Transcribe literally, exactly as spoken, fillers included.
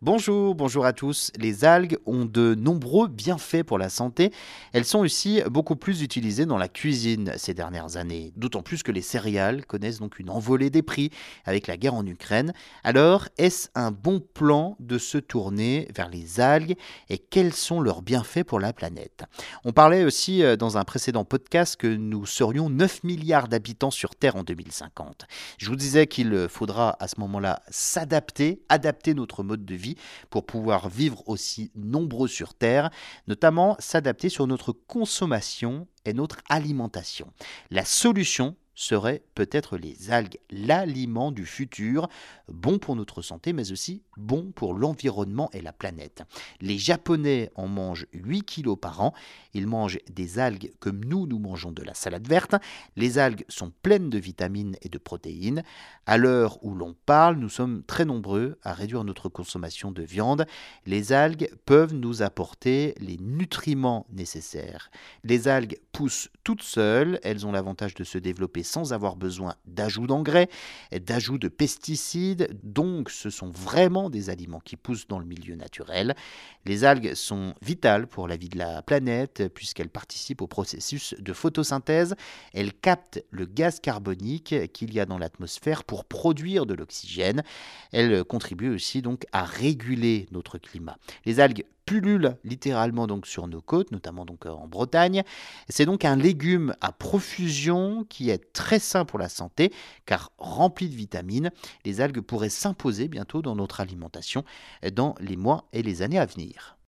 Bonjour, bonjour à tous. Les algues ont de nombreux bienfaits pour la santé. Elles sont aussi beaucoup plus utilisées dans la cuisine ces dernières années. D'autant plus que les céréales connaissent donc une envolée des prix avec la guerre en Ukraine. Alors, est-ce un bon plan de se tourner vers les algues et quels sont leurs bienfaits pour la planète? On parlait aussi euh, dans un précédent podcast que nous serions neuf milliards d'habitants sur Terre en deux mille cinquante. Je vous disais qu'il faudra à ce moment-là s'adapter, adapter notre mode de vie pour pouvoir vivre aussi nombreux sur Terre, notamment s'adapter sur notre consommation et notre alimentation. La solution serait peut-être les algues, l'aliment du futur, bon pour notre santé, mais aussi bon pour l'environnement et la planète. Les Japonais en mangent huit kilos par an. Ils mangent des algues comme nous, nous mangeons de la salade verte. Les algues sont pleines de vitamines et de protéines. À l'heure où l'on parle, nous sommes très nombreux à réduire notre consommation de viande. Les algues peuvent nous apporter les nutriments nécessaires. Les algues poussent toutes seules, elles ont l'avantage de se développer sans avoir besoin d'ajout d'engrais, d'ajout de pesticides, donc ce sont vraiment des aliments qui poussent dans le milieu naturel. Les algues sont vitales pour la vie de la planète puisqu'elles participent au processus de photosynthèse. Elles captent le gaz carbonique qu'il y a dans l'atmosphère pour produire de l'oxygène. Elles contribuent aussi donc à réguler notre climat. Les algues pullulent littéralement donc sur nos côtes, notamment donc en Bretagne. C'est donc un légume à profusion qui est très sain pour la santé car rempli de vitamines. Les algues pourraient s'imposer bientôt dans notre alimentation dans les mois et les années à venir.